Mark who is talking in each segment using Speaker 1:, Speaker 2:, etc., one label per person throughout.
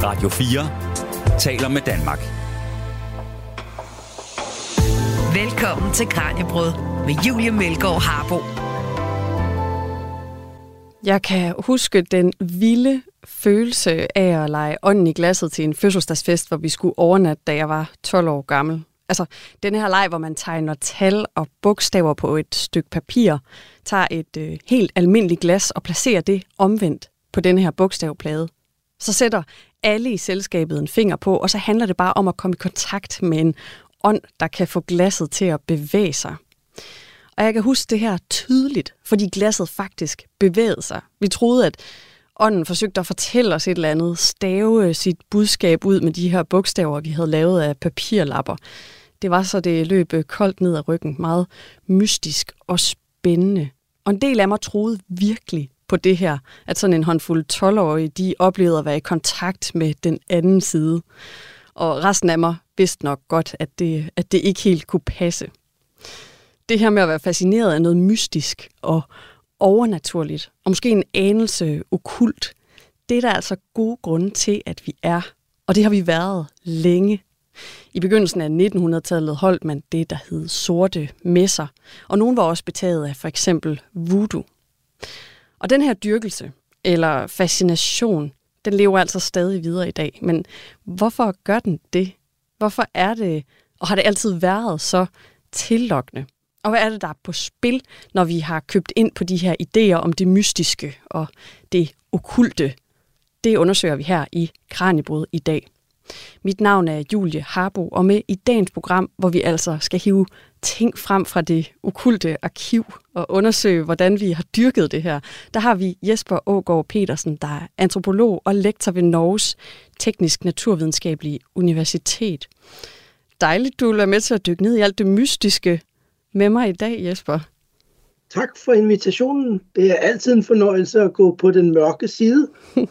Speaker 1: Radio 4 taler med Danmark.
Speaker 2: Velkommen til Kraniebrud med Julie Melgaard Harbo.
Speaker 3: Jeg kan huske den vilde følelse af at lege ånden i glasset til en fødselsdagsfest, hvor vi skulle overnatte, da jeg var 12 år gammel. Altså, den her leg, hvor man tegner tal og bogstaver på et stykke papir, tager et helt almindeligt glas og placerer det omvendt på den her bogstavplade. Så sætter alle i selskabet en finger på, og så handler det bare om at komme i kontakt med en ånd, der kan få glasset til at bevæge sig. Og jeg kan huske det her tydeligt, fordi glasset faktisk bevægede sig. Vi troede, at ånden forsøgte at fortælle os et eller andet, stave sit budskab ud med de her bogstaver, vi havde lavet af papirlapper. Det var så, det løb koldt ned ad ryggen, meget mystisk og spændende. Og en del af mig troede virkelig på det her, at sådan en håndfuld 12-årige, de oplevede at være i kontakt med den anden side. Og resten af mig vidste nok godt, at det ikke helt kunne passe. Det her med at være fascineret af noget mystisk og overnaturligt, og måske en anelse okkult, det er der altså gode grunde til, at vi er. Og det har vi været længe. I begyndelsen af 1900-tallet holdt man det, der hed sorte messer, og nogen var også betaget af for eksempel voodoo. Og den her dyrkelse, eller fascination, den lever altså stadig videre i dag. Men hvorfor gør den det? Hvorfor er det, og har det altid været så tillokkende? Og hvad er det, der er på spil, når vi har købt ind på de her idéer om det mystiske og det okkulte? Det undersøger vi her i Kraniebrud i dag. Mit navn er Julie Harbo, og med i dagens program, hvor vi altså skal hive ting frem fra det okkulte arkiv og undersøge, hvordan vi har dyrket det her, der har vi Jesper Aagaard Petersen, der er antropolog og lektor ved Norges Teknisk Naturvidenskabelige Universitet. Dejligt, du vil være med til at dykke ned i alt det mystiske med mig i dag, Jesper.
Speaker 4: Tak for invitationen. Det er altid en fornøjelse at gå på den mørke side.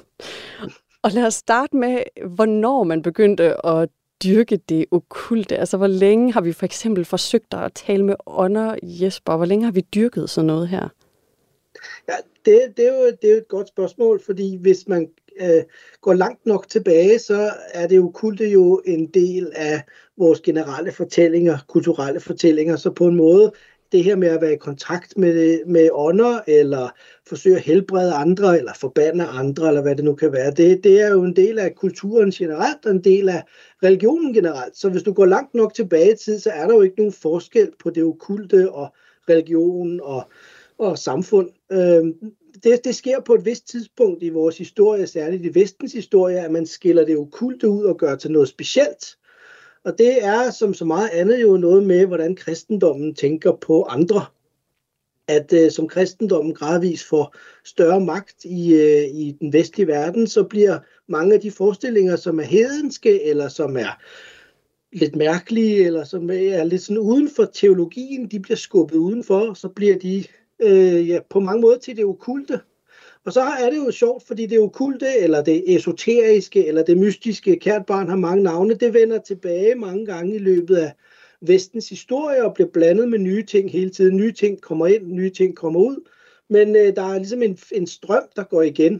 Speaker 3: Og lad os starte med, hvornår man begyndte at dyrke det okkulte. Altså, hvor længe har vi for eksempel forsøgt at tale med ånder, Jesper? Hvor længe har vi dyrket sådan noget her?
Speaker 4: Ja, det er jo et godt spørgsmål, fordi hvis man går langt nok tilbage, så er det okkulte jo en del af vores generelle fortællinger, kulturelle fortællinger. Så på en måde, det her med at være i kontakt med ånder, eller forsøge at helbrede andre, eller forbande andre, eller hvad det nu kan være, det er jo en del af kulturen generelt, og en del af religionen generelt. Så hvis du går langt nok tilbage i tid, så er der jo ikke nogen forskel på det okkulte og religion og samfund. Det sker på et vist tidspunkt i vores historie, særligt i Vestens historie, at man skiller det okkulte ud og gør til noget specielt. Og det er som så meget andet jo noget med, hvordan kristendommen tænker på andre. At som kristendommen gradvist får større magt i den vestlige verden, så bliver mange af de forestillinger, som er hedenske, eller som er lidt mærkelige, eller som er lidt sådan uden for teologien, de bliver skubbet udenfor, så bliver de på mange måder til det okkulte. Og så er det jo sjovt, fordi det okkulte, eller det esoteriske, eller det mystiske, kært barn har mange navne, det vender tilbage mange gange i løbet af Vestens historie og bliver blandet med nye ting hele tiden. Nye ting kommer ind, nye ting kommer ud, men der er ligesom en strøm, der går igen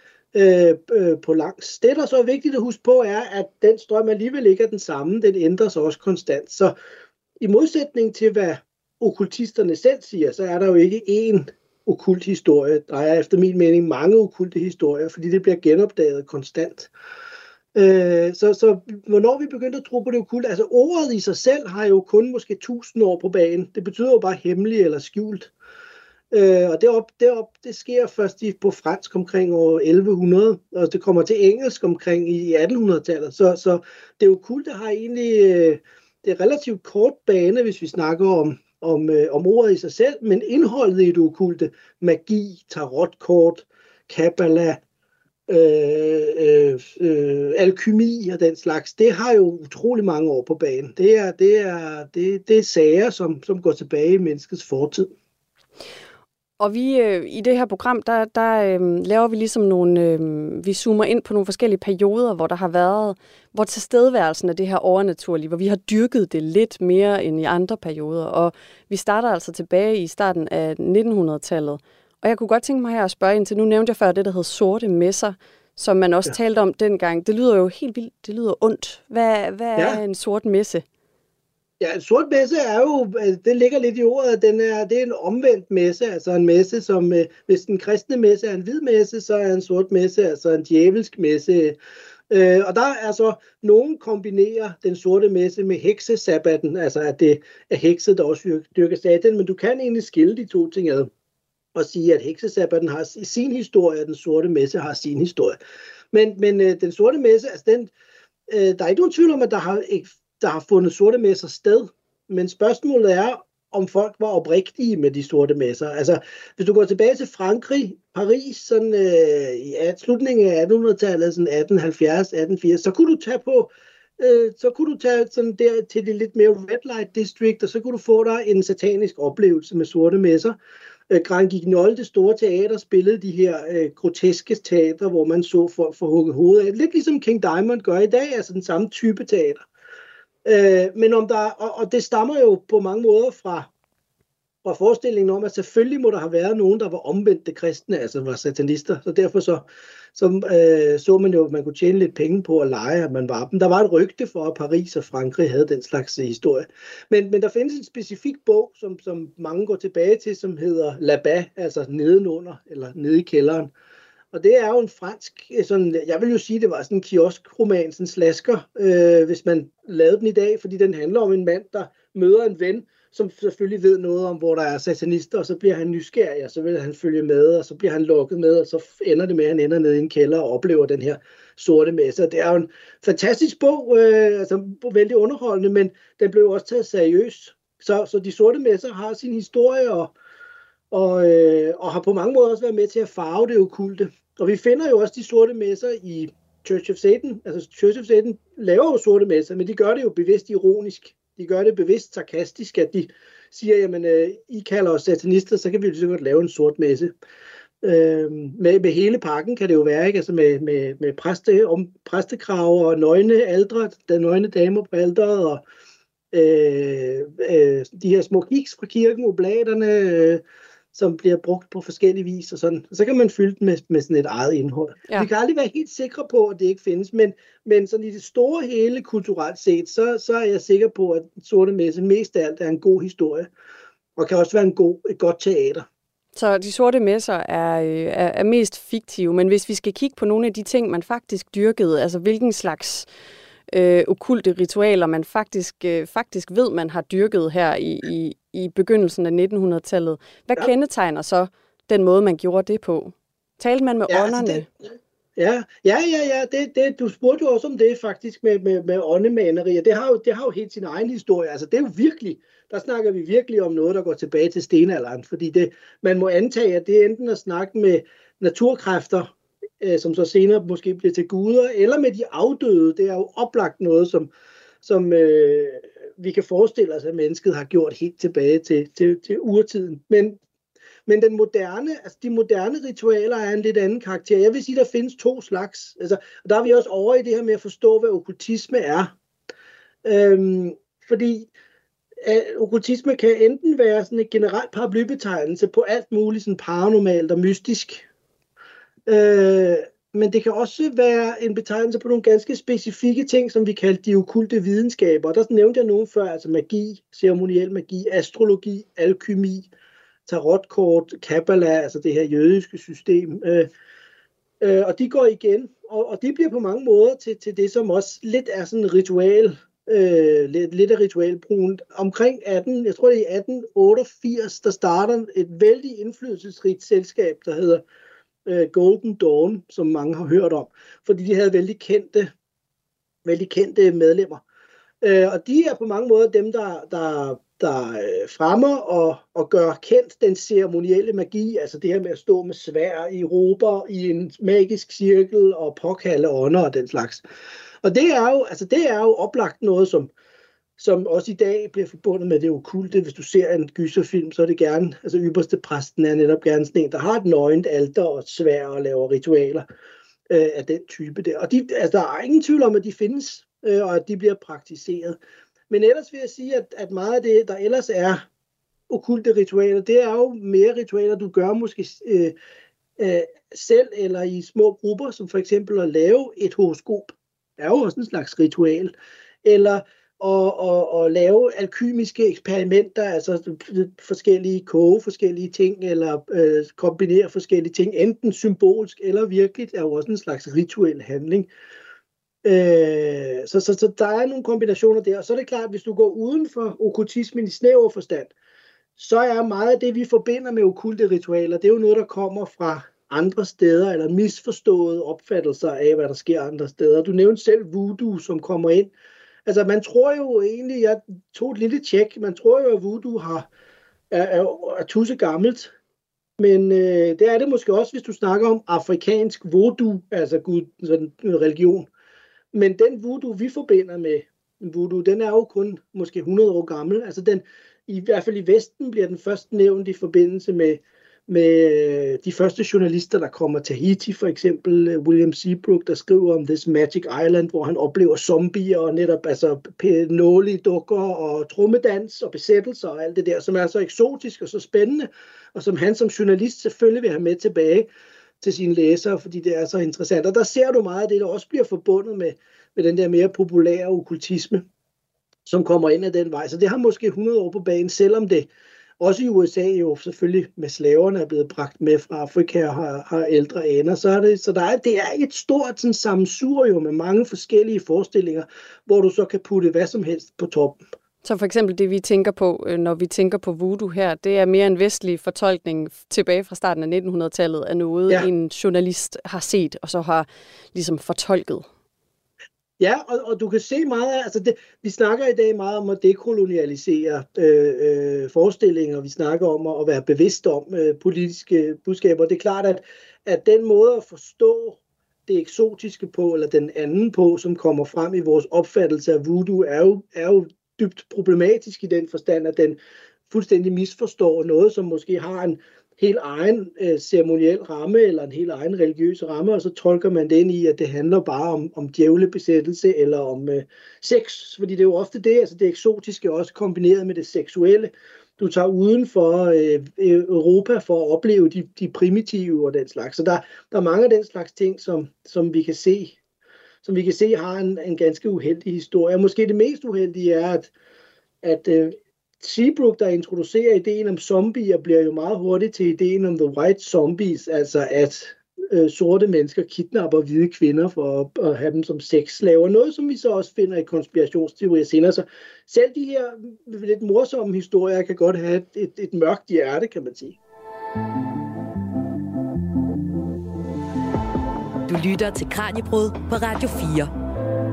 Speaker 4: på langs. Det, der så er vigtigt at huske på, er, at den strøm alligevel ikke er den samme, den ændrer sig også konstant. Så i modsætning til, hvad okkultisterne selv siger, så er der jo ikke én okkult historie. Der er efter min mening mange okkulte historier, fordi det bliver genopdaget konstant. Så hvornår vi begyndte at tro på det okkulte, altså ordet i sig selv har jo kun måske 1000 år på banen. Det betyder jo bare hemmelig eller skjult. Og det sker først på fransk omkring år 1100, og det kommer til engelsk omkring i 1800-tallet. Så det okkulte har egentlig det er relativt kort bane, hvis vi snakker om ordet i sig selv, men indholdet i det okkulte, magi, tarotkort, kabbala, alkymi og den slags, det har jo utrolig mange år på banen. Det er sager, som går tilbage i menneskets fortid.
Speaker 3: Og vi i det her program, der laver vi ligesom vi zoomer ind på nogle forskellige perioder, hvor der har været, hvor tilstedeværelsen af det her overnaturlige, hvor vi har dyrket det lidt mere end i andre perioder. Og vi starter altså tilbage i starten af 1900-tallet. Og jeg kunne godt tænke mig her at spørge ind til, nu nævnte jeg før det, der hed sorte messer, som man også talte om dengang. Det lyder jo helt vildt, det lyder ondt. Hvad er en sort messe?
Speaker 4: Ja, en sort messe er jo, det ligger lidt i ordet, det er en omvendt messe, altså en messe, som hvis den kristne messe er en hvid messe, så er en sort messe altså en djævelsk messe. Og der er så, nogen kombinerer den sorte messe med heksesabbaten, altså at det er hekse, der også dyrker satan, men du kan egentlig skille de to ting ad og sige, at heksesabbaten har sin historie, og den sorte messe har sin historie. Men den sorte messe, altså der er ikke nogen tvivl om, at der har fundet sorte messer sted, men spørgsmålet er, om folk var oprigtige med de sorte messer. Altså, hvis du går tilbage til Frankrig, Paris, sådan, i slutningen af 1800-tallet, sådan 1870, 1880, så kunne du tage sådan der til det lidt mere red light district, og så kunne du få dig en satanisk oplevelse med sorte messer. Grand Guignol, det store teater, spillede de her groteske teater, hvor man så folk få hugget hovedet af. Lidt ligesom King Diamond gør i dag, altså den samme type teater. Men og det stammer jo på mange måder fra forestillingen om, at selvfølgelig må der have været nogen, der var omvendte kristne, altså var satanister. Så derfor så man jo, at man kunne tjene lidt penge på at lege, at man var dem. Der var et rygte for, at Paris og Frankrig havde den slags historie. Men der findes en specifik bog, som mange går tilbage til, som hedder Là-bas, altså nedenunder, eller nede i kælderen. Og det er jo en fransk, sådan, jeg vil jo sige, det var sådan en kioskroman, sådan en slasker, hvis man lavede den i dag, fordi den handler om en mand, der møder en ven, som selvfølgelig ved noget om, hvor der er satanister, og så bliver han nysgerrig, og så vil han følge med, og så bliver han lukket med, og så ender det med, at han ender nede i en kælder og oplever den her sorte messe. Det er jo en fantastisk bog, altså vældig underholdende, men den blev også taget seriøst. Så de sorte messer har sin historie, og har på mange måder også været med til at farve det okkulte. Og vi finder jo også de sorte messer i Church of Satan. Altså Church of Satan laver jo sorte messer, men de gør det jo bevidst ironisk. De gør det bevidst sarkastisk, at de siger, jamen, I kalder os satanister, så kan vi jo så godt lave en sort messe. Med hele pakken kan det jo være, ikke? Altså med præstekraver og nøgne aldre, der nøgne damer på alderet, og de her små kiks fra kirken, oblaterne, som bliver brugt på forskellige vis, og sådan. Så kan man fylde den med sådan et eget indhold. Ja. Vi kan aldrig være helt sikre på, at det ikke findes, men sådan i det store hele kulturelt set, så er jeg sikker på, at sorte messe mest af alt er en god historie, og kan også være et godt teater.
Speaker 3: Så de sorte messer er mest fiktive, men hvis vi skal kigge på nogle af de ting, man faktisk dyrkede, altså hvilken slags okkulte ritualer, man faktisk ved, man har dyrket her i begyndelsen af 1900-tallet. Hvad kendetegner så den måde, man gjorde det på? Talte man med ånderne?
Speaker 4: Det, du spurgte jo også om det faktisk med åndemanerier. Det har jo helt sin egen historie. Altså det er jo virkelig, der snakker vi virkelig om noget, der går tilbage til stenalderen, fordi man må antage, at det er enten at snakke med naturkræfter, som så senere måske bliver til guder, eller med de afdøde. Det er jo oplagt noget, som vi kan forestille os, at mennesket har gjort helt tilbage til urtiden. Men de moderne ritualer er en lidt anden karakter. Jeg vil sige, der findes to slags. Altså, og der er vi også over i det her med at forstå, hvad okkultisme er. Fordi okkultisme kan enten være sådan en generelt paraplybetegnelse på alt muligt sådan paranormalt og mystisk. Men det kan også være en betegnelse på nogle ganske specifikke ting, som vi kalder de okkulte videnskaber. Der nævnte jeg nogen før, altså magi, ceremoniel magi, astrologi, alkymi, tarotkort, kabbala, altså det her jødiske system. Og de går igen, og de bliver på mange måder til det, som også lidt er sådan ritual, lidt af ritualbrugen. Omkring 1888, der starter et vældig indflydelsesrigt selskab, der hedder Golden Dawn, som mange har hørt om, fordi de havde vældig kendte medlemmer. Og de er på mange måder dem, der fremmer og gør kendt den ceremonielle magi, altså det her med at stå med sværd i råber i en magisk cirkel og påkalde ånder og den slags. Og det er jo oplagt noget, som også i dag bliver forbundet med det okkulte. Hvis du ser en gyserfilm, så er det gerne, altså ypperste præsten er netop gerne sådan en, der har et nøgent alter og et sværd og laver ritualer af den type der. Og der er ingen tvivl om, at de findes, og at de bliver praktiseret. Men ellers vil jeg sige, at meget af det, der ellers er okkulte ritualer, det er jo mere ritualer, du gør måske selv eller i små grupper, som for eksempel at lave et horoskop, er jo også en slags ritual, eller at lave alkymiske eksperimenter, altså forskellige ting, eller kombinere forskellige ting, enten symbolsk eller virkeligt, er jo også en slags rituel handling. Så der er nogle kombinationer der, og så er det klart, at hvis du går uden for okkultismen i snæver forstand, så er meget af det, vi forbinder med okkulte ritualer, det er jo noget, der kommer fra andre steder, eller misforståede opfattelser af, hvad der sker andre steder. Du nævnte selv voodoo, som kommer ind. Altså, man tror jo egentlig, jeg tog et lille tjek, man tror jo, at voodoo er tusse gammelt, men det er det måske også, hvis du snakker om afrikansk voodoo, altså Gud, sådan en religion. Men den voodoo, vi forbinder med voodoo, den er jo kun måske 100 år gammel. Altså den, i hvert fald i Vesten, bliver den først nævnt i forbindelse med de første journalister, der kommer til Tahiti, for eksempel William Seabrook, der skriver om This Magic Island, hvor han oplever zombier og netop altså nålige dukker og trommedans og besættelser og alt det der, som er så eksotisk og så spændende, og som han som journalist selvfølgelig vil have med tilbage til sine læsere, fordi det er så interessant. Og der ser du meget af det, der også bliver forbundet med den der mere populære okkultisme, som kommer ind ad den vej. Så det har måske 100 år på banen, selvom det også i USA jo selvfølgelig med slaverne er blevet bragt med fra Afrika og har ældre aner. Så det er et stort sådan, sammensurium med mange forskellige forestillinger, hvor du så kan putte hvad som helst på toppen.
Speaker 3: Så for eksempel det, vi tænker på, når vi tænker på voodoo her, det er mere en vestlig fortolkning tilbage fra starten af 1900-tallet af noget, en journalist har set og så har ligesom fortolket.
Speaker 4: Ja, og du kan se meget af, altså vi snakker i dag meget om at dekolonialisere forestillinger, vi snakker om at være bevidst om politiske budskaber. Det er klart, at den måde at forstå det eksotiske på, eller den anden på, som kommer frem i vores opfattelse af voodoo, er jo dybt problematisk i den forstand, at den fuldstændig misforstår noget, som måske har en helt egen ceremoniel ramme, eller en helt egen religiøs ramme, og så tolker man det ind i, at det handler bare om djævlebesættelse, eller om sex, fordi det er jo ofte det, altså det eksotiske også kombineret med det seksuelle. Du tager uden for Europa for at opleve de primitive og den slags. Så der er mange af den slags ting, som vi kan se, har en ganske uheldig historie. Måske det mest uheldige er, at Seabrook, der introducerer ideen om zombier, bliver jo meget hurtigt til ideen om the white zombies, altså at sorte mennesker kidnapper hvide kvinder for at have dem som sexslaver. Noget, som vi så også finder i konspirationsteorier senere. Så selv de her lidt morsomme historier kan godt have et mørkt hjerte, kan man sige.
Speaker 2: Du lytter til Kraniebrud på Radio 4.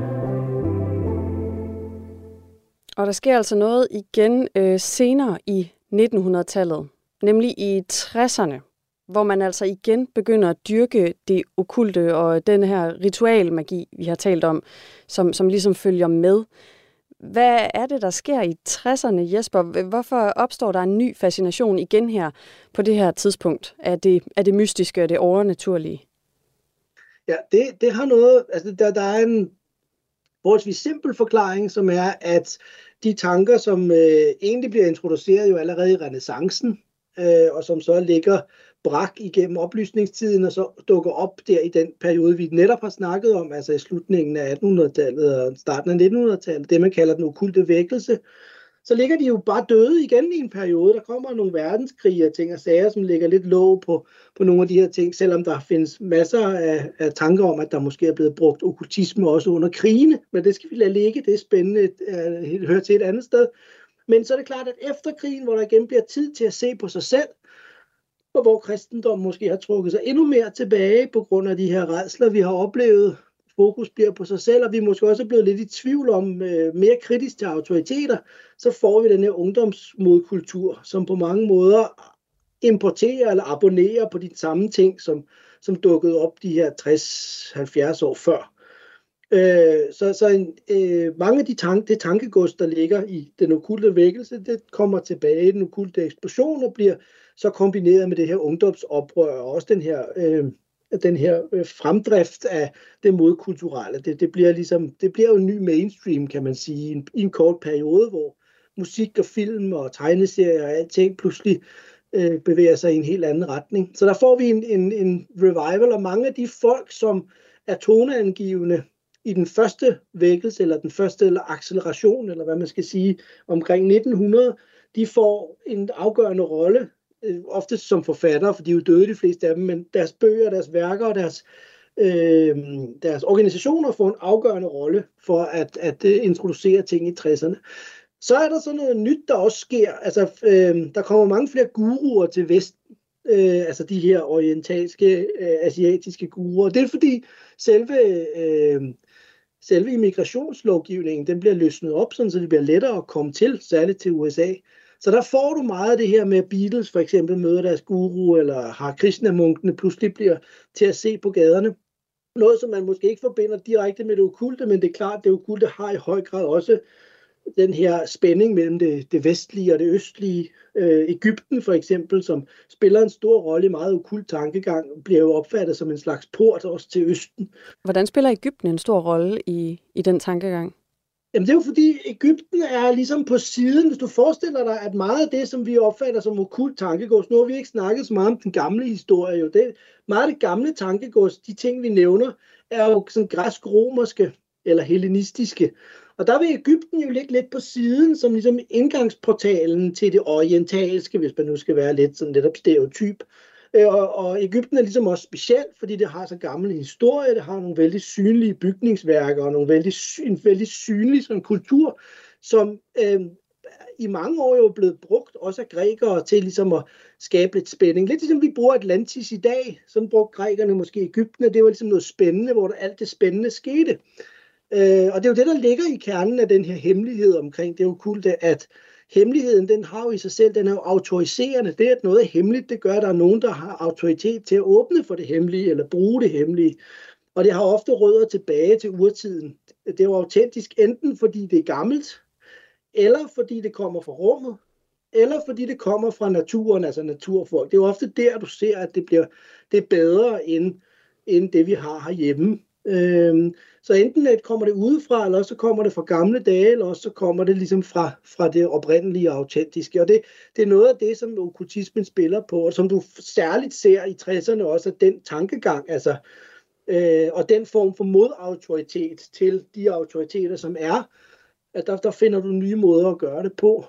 Speaker 3: Og der sker altså noget igen senere i 1900-tallet, nemlig i 60'erne, hvor man altså igen begynder at dyrke det okkulte og den her ritualmagi, vi har talt om, som ligesom følger med. Hvad er det, der sker i 60'erne, Jesper? Hvorfor opstår der en ny fascination igen her på det her tidspunkt af det mystiske og det overnaturlige?
Speaker 4: Ja, det har noget, altså der er en forholdsvis simpel forklaring, som er, at de tanker, som egentlig bliver introduceret jo allerede i renæssancen, og som så ligger brak igennem oplysningstiden, og så dukker op der i den periode, vi netop har snakket om, altså i slutningen af 1800-tallet og starten af 1900-tallet, det man kalder den okkulte vækkelse, så ligger de jo bare døde igen i en periode. Der kommer nogle verdenskrige og ting og sager, som lægger lidt låg på nogle af de her ting, selvom der findes masser af tanker om, at der måske er blevet brugt okkultisme også under krigene, men det skal vi lade ligge, det er spændende, det hører til et andet sted. Men så er det klart, at efter krigen, hvor der igen bliver tid til at se på sig selv, og hvor kristendommen måske har trukket sig endnu mere tilbage på grund af de her rædsler, vi har oplevet, fokus bliver på sig selv, og vi måske også er blevet lidt i tvivl om mere kritisk til autoriteter, så får vi den her ungdomsmodkultur, som på mange måder importerer eller abonnerer på de samme ting, som dukkede op de her 60-70 år før. Mange af det tankegods, der ligger i den okkulte vækkelse, det kommer tilbage i den okkulte eksplosion og bliver så kombineret med det her ungdomsoprør og også den her fremdrift af det modkulturelle. Det bliver jo en ny mainstream, kan man sige, i en kort periode, hvor musik og film og tegneserier og alting pludselig bevæger sig i en helt anden retning. Så der får vi en revival, og mange af de folk, som er toneangivende i den første vækkelse, eller acceleration, eller hvad man skal sige, omkring 1900, de får en afgørende rolle, oftest som forfattere, for de er jo døde de fleste af dem, men deres bøger, deres værker og deres organisationer får en afgørende rolle for at introducere ting i 60'erne. Så er der sådan noget nyt, der også sker. Altså, der kommer mange flere guruer til Vesten, altså de her orientalske, asiatiske guruer. Det er fordi selve immigrationslovgivningen, den bliver løsnet op, sådan, så det bliver lettere at komme til, særligt til USA. Så der får du meget af det her med, at Beatles for eksempel møder deres guru, eller har Krishna-munkene pludselig bliver til at se på gaderne. Noget, som man måske ikke forbinder direkte med det okkulte, men det er klart, at det okkulte har i høj grad også den her spænding mellem det vestlige og det østlige. Egypten for eksempel, som spiller en stor rolle i meget okkult tankegang, bliver jo opfattet som en slags port også til Østen.
Speaker 3: Hvordan spiller Egypten en stor rolle i den tankegang?
Speaker 4: Jamen det er jo fordi, Egypten er ligesom på siden, hvis du forestiller dig, at meget af det, som vi opfatter som okkult tankegods, nu har vi ikke snakket så meget om den gamle historie, jo. Meget af det gamle tankegods, de ting vi nævner, er jo sådan græsk-romerske eller hellenistiske. Og der vil Egypten jo ligge lidt på siden, som ligesom indgangsportalen til det orientalske, hvis man nu skal være lidt sådan netop stereotyp. Og Egypten er ligesom også specielt, fordi det har så gammel historie, det har nogle vældig synlige bygningsværker og en vældig synlig sådan kultur, som i mange år jo er blevet brugt, også af grækere, til ligesom at skabe lidt spænding. Lidt ligesom vi bruger Atlantis i dag, så brugte grækerne måske Egypten, og det var ligesom noget spændende, hvor alt det spændende skete. Og det er jo det, der ligger i kernen af den her hemmelighed omkring det okkulte, at hemmeligheden, den har jo i sig selv, den er jo autoriserende. Det, at noget er hemmeligt, det gør, at der er nogen, der har autoritet til at åbne for det hemmelige, eller bruge det hemmelige. Og det har ofte rødder tilbage til urtiden. Det er jo autentisk enten fordi det er gammelt, eller fordi det kommer fra rummet, eller fordi det kommer fra naturen, altså naturfolk. Det er jo ofte der, du ser, at det er bedre end det, vi har herhjemme. Så enten kommer det udefra, eller så kommer det fra gamle dage, eller så kommer det ligesom fra det oprindelige og autentiske. Og det er noget af det, som okkultismen spiller på, og som du særligt ser i 60'erne også, at den tankegang, altså, og den form for modautoritet til de autoriteter, som er, at der finder du nye måder at gøre det på.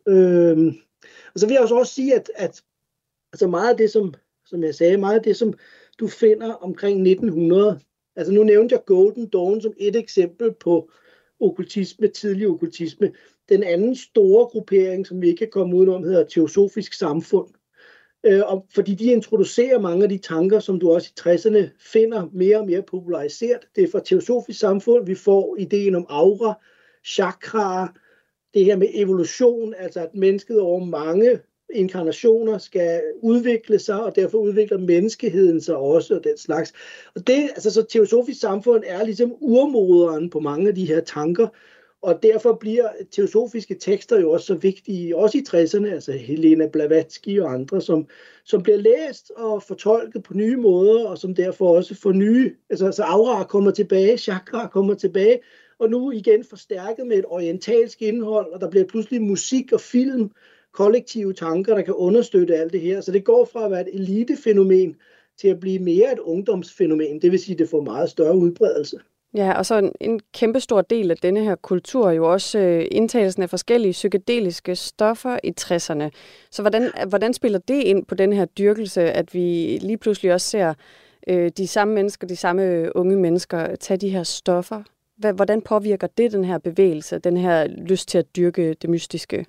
Speaker 4: Og så vil jeg også sige, at altså meget af det, som jeg sagde, meget af det, som du finder omkring 1900, altså nu nævnte jeg Golden Dawn som et eksempel på okkultisme, tidlig okkultisme. Den anden store gruppering, som vi ikke kan komme udenom, hedder Teosofisk Samfund. Fordi de introducerer mange af de tanker, som du også i 60'erne finder mere og mere populariseret. Det er fra Teosofisk Samfund, vi får ideen om aura, chakra, det her med evolution, altså at mennesket over mange inkarnationer skal udvikle sig, og derfor udvikler menneskeheden sig også, og den slags. Og det, altså så Teosofisk Samfund er ligesom urmoderen på mange af de her tanker, og derfor bliver teosofiske tekster jo også så vigtige, også i 60'erne, altså Helena Blavatsky og andre, som bliver læst og fortolket på nye måder, og som derfor også får nye, altså så aura kommer tilbage, chakra kommer tilbage, og nu igen forstærket med et orientalsk indhold, og der bliver pludselig musik og film, kollektive tanker, der kan understøtte alt det her. Så det går fra at være et elitefænomen til at blive mere et ungdomsfænomen. Det vil sige, at det får meget større udbredelse.
Speaker 3: Ja, og så en kæmpestor del af denne her kultur er jo også indtagelsen af forskellige psykedeliske stoffer i 60'erne. Så hvordan spiller det ind på den her dyrkelse, at vi lige pludselig også ser de samme mennesker, de samme unge mennesker tage de her stoffer? Hvordan påvirker det den her bevægelse, den her lyst til at dyrke det mystiske?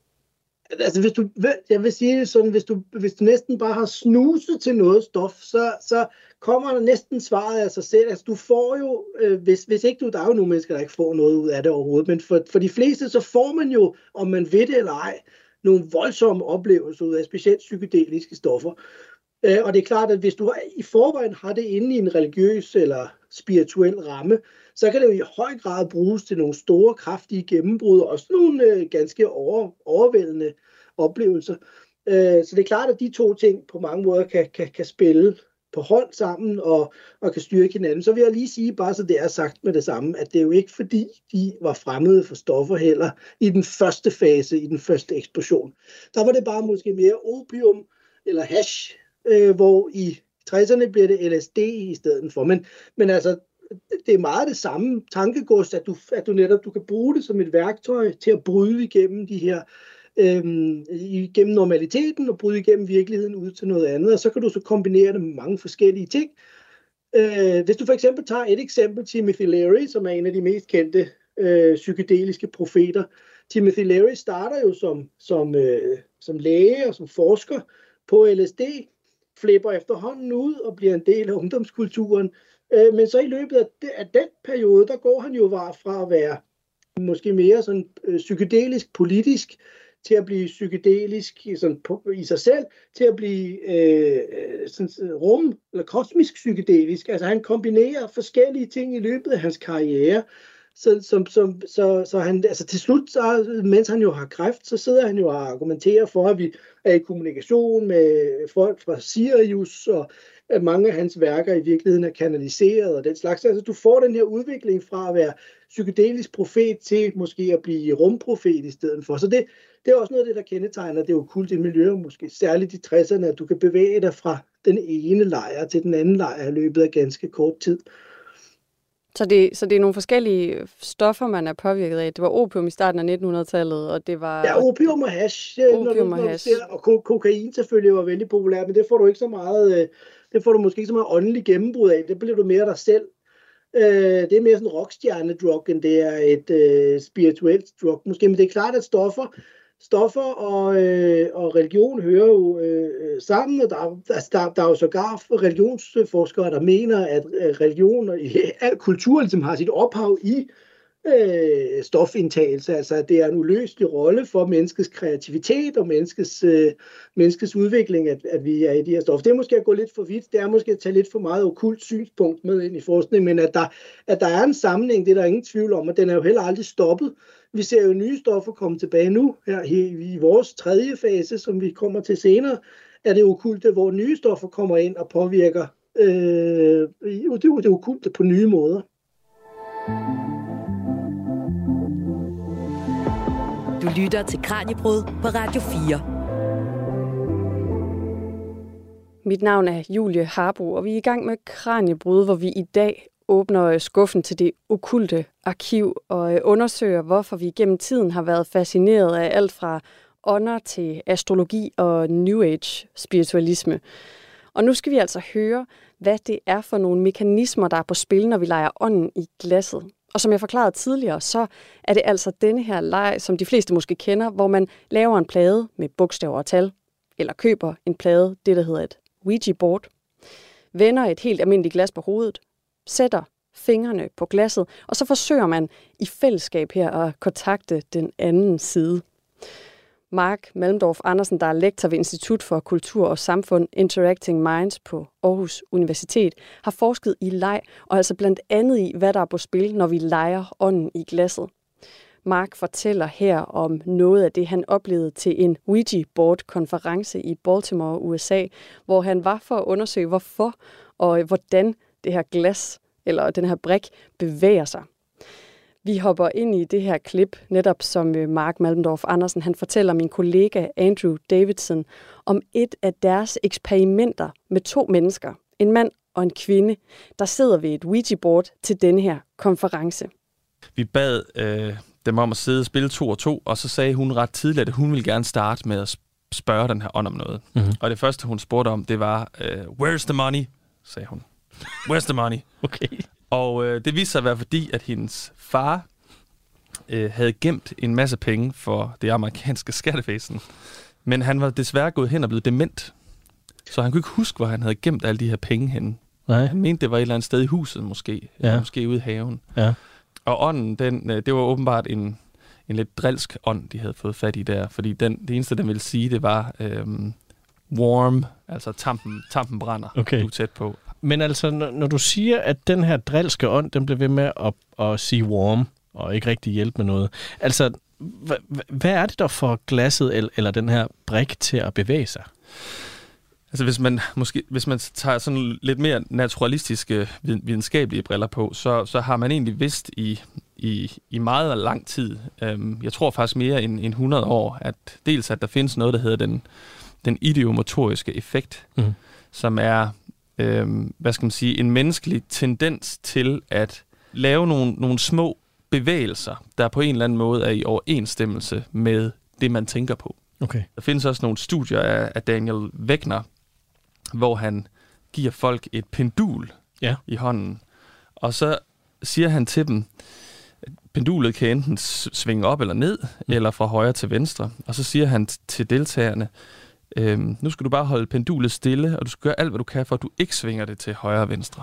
Speaker 4: Altså jeg vil sige det sådan, hvis du næsten bare har snuset til noget stof, så kommer der næsten svaret af sig selv. Altså du får jo, hvis ikke der er jo nogle mennesker, der ikke får noget ud af det overhovedet, men for de fleste, så får man jo, om man ved det eller ej, nogle voldsomme oplevelser ud af specielt psykedeliske stoffer. Og det er klart, at hvis du i forvejen har det inde i en religiøs eller spirituel ramme, så kan det jo i høj grad bruges til nogle store, kraftige gennembrud, og også nogle ganske overvældende oplevelser. Så det er klart, at de to ting på mange måder kan spille på hold sammen og kan styrke hinanden. Så vil jeg lige sige, bare så det er sagt med det samme, at det er jo ikke fordi, de var fremmede for stoffer heller i den første fase, i den første eksplosion. Der var det bare måske mere opium eller hash, hvor i 60'erne bliver det LSD i stedet for. Men altså, det er meget det samme tankegods, at du netop kan bruge det som et værktøj til at bryde igennem de her igennem normaliteten og bryde igennem virkeligheden ud til noget andet, og så kan du så kombinere det med mange forskellige ting. Hvis du for eksempel tager et eksempel, Timothy Leary, som er en af de mest kendte psykedeliske profeter. Timothy Leary starter jo som læge og som forsker på LSD, flipper efterhånden ud og bliver en del af ungdomskulturen. Men så i løbet af den periode, der går han jo fra at være måske mere sådan psykedelisk politisk, til at blive psykedelisk sådan i sig selv, til at blive eller kosmisk psykedelisk. Altså han kombinerer forskellige ting i løbet af hans karriere, så han, altså til slut, mens han jo har kræft, så sidder han jo og argumenterer for, at vi er i kommunikation med folk fra Sirius, og at mange af hans værker i virkeligheden er kanaliseret og den slags. Altså du får den her udvikling fra at være psykedelisk profet til måske at blive rumprofet i stedet for. Så det er også noget af det, der kendetegner det okkulte miljø, måske særligt i 60'erne, at du kan bevæge dig fra den ene lejr til den anden lejr i løbet af ganske kort tid.
Speaker 3: Så det er nogle forskellige stoffer, man er påvirket af. Det var opium i starten af 1900-tallet, og det var...
Speaker 4: Ja, opium og hash. Og kokain selvfølgelig var vældig populært, men det får du ikke så meget... Det får du måske ikke så meget åndelig gennembrud af. Det bliver du mere dig selv. Det er mere sådan en rockstjerne-drug, end det er et spirituelt drug. Måske, men det er klart, at stoffer og religion hører jo sammen, og der er jo sågar religionsforskere, der mener, at religion og al kultur ligesom har sit ophav i stofindtagelse, altså at det er en uløselig rolle for menneskets kreativitet og menneskets udvikling, at vi er i de her stoffer. Det er måske at gå lidt for vidt, det er måske at tage lidt for meget okkult synspunkt med ind i forskning, men at der er en sammenhæng, det er der ingen tvivl om, og den er jo heller aldrig stoppet. Vi ser jo nye stoffer komme tilbage nu, her i vores tredje fase, som vi kommer til senere, er det okkulte, hvor nye stoffer kommer ind og påvirker det okkulte på nye måder.
Speaker 2: Du lytter til Kraniebrud på Radio 4.
Speaker 3: Mit navn er Julie Harbo, og vi er i gang med Kraniebrud, hvor vi i dag åbner skuffen til det okkulte arkiv og undersøger, hvorfor vi gennem tiden har været fascineret af alt fra ånder til astrologi og New Age spiritualisme. Og nu skal vi altså høre, hvad det er for nogle mekanismer, der er på spil, når vi leger ånden i glasset. Og som jeg forklarede tidligere, så er det altså denne her leg, som de fleste måske kender, hvor man laver en plade med bogstaver og tal, eller køber en plade, det der hedder et Ouija-board, vender et helt almindeligt glas på hovedet, sætter fingrene på glasset, og så forsøger man i fællesskab her at kontakte den anden side. Mark Malmdorf Andersen, der er lektor ved Institut for Kultur og Samfund Interacting Minds på Aarhus Universitet, har forsket i leg, og altså blandt andet i, hvad der er på spil, når vi leger ånden i glasset. Mark fortæller her om noget af det, han oplevede til en Ouija-board-konference i Baltimore, USA, hvor han var for at undersøge, hvorfor og hvordan det her glas, eller den her brik, bevæger sig. Vi hopper ind i det her klip, netop som Mark Malmdorf Andersen, han fortæller min kollega Andrew Davidson om et af deres eksperimenter med 2 mennesker, en mand og en kvinde, der sidder ved et Ouija-board til denne her konference.
Speaker 5: Vi bad dem om at sidde og spille 2 og 2, og så sagde hun ret tidligt, at hun ville gerne starte med at spørge den her ånd om noget. Mm-hmm. Og det første, hun spurgte om, det var, where's the money? Sagde hun. Where's the money?
Speaker 6: Okay.
Speaker 5: Og det viste sig at være fordi, at hendes far havde gemt en masse penge for det amerikanske skattevæsen. Men han var desværre gået hen og blevet dement. Så han kunne ikke huske, hvor han havde gemt alle de her penge henne.
Speaker 6: Nej.
Speaker 5: Han mente, det var et eller andet sted i huset måske. Ja. Måske ude i haven. Ja. Og ånden, det var åbenbart en lidt drilsk ånd, de havde fået fat i der. Fordi det eneste, den ville sige, det var warm, altså tampen brænder. Okay. Du er tæt på.
Speaker 6: Men altså, når du siger, at den her drilske ånd, den bliver ved med at sige warm, og ikke rigtig hjælpe med noget. Altså, hvad er det der får glasset eller den her brik til at bevæge sig?
Speaker 5: Altså hvis man tager sådan lidt mere naturalistiske, videnskabelige briller på, så har man egentlig vidst i meget lang tid, jeg tror faktisk mere end 100 år, at dels at der findes noget, der hedder den ideomotoriske effekt, som er, hvad skal man sige, en menneskelig tendens til at lave nogle små bevægelser, der på en eller anden måde er i overensstemmelse med det, man tænker på.
Speaker 6: Okay.
Speaker 5: Der findes også nogle studier af Daniel Wegner, hvor han giver folk et pendul i hånden, og så siger han til dem, at pendulet kan enten svinge op eller ned, eller fra højre til venstre, og så siger han til deltagerne, nu skal du bare holde pendulet stille, og du skal gøre alt, hvad du kan, for at du ikke svinger det til højre og venstre.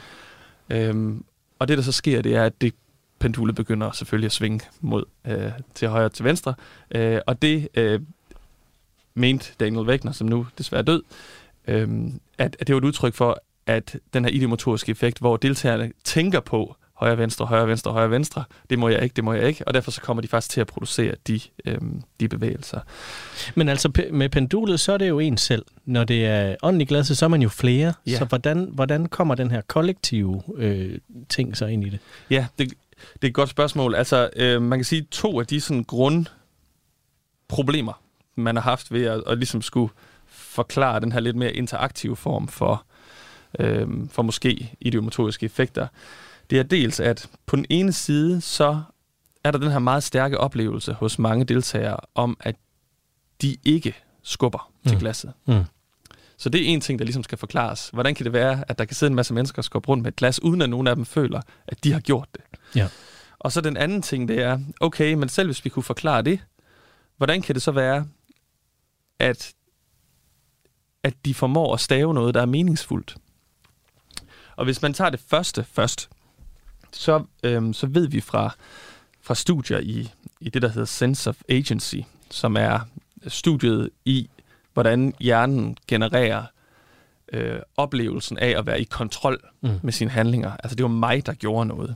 Speaker 5: Og det, der så sker, det er, at det pendulet begynder selvfølgelig at svinge mod til højre og til venstre, og det mente Daniel Wegner, som nu desværre er død, at det var et udtryk for, at den her ideomotoriske effekt, hvor deltagerne tænker på højre, venstre, højre, venstre, højre, venstre, det må jeg ikke, og derfor så kommer de faktisk til at producere de bevægelser.
Speaker 6: Men altså med pendulet, så er det jo en selv. Når det er ånden i glasset, så er man jo flere. Ja. Så hvordan kommer den her kollektive ting så ind i det?
Speaker 5: Ja, det er et godt spørgsmål. Altså, man kan sige, 2 af de sådan grundproblemer, man har haft ved at ligesom skulle forklare den her lidt mere interaktive form for måske ideomotoriske effekter, det er dels, at på den ene side, så er der den her meget stærke oplevelse hos mange deltagere om, at de ikke skubber til glasset. Så det er en ting, der ligesom skal forklares. Hvordan kan det være, at der kan sidde en masse mennesker og skubbe rundt med et glas, uden at nogen af dem føler, at de har gjort det?
Speaker 6: Ja.
Speaker 5: Og så den anden ting, det er, okay, men selv hvis vi kunne forklare det, hvordan kan det så være, at de formår at stave noget, der er meningsfuldt? Og hvis man tager det første først, så ved vi fra studier i det, der hedder Sense of Agency, som er studiet i, hvordan hjernen genererer oplevelsen af at være i kontrol med sine handlinger. Altså, det var mig, der gjorde noget.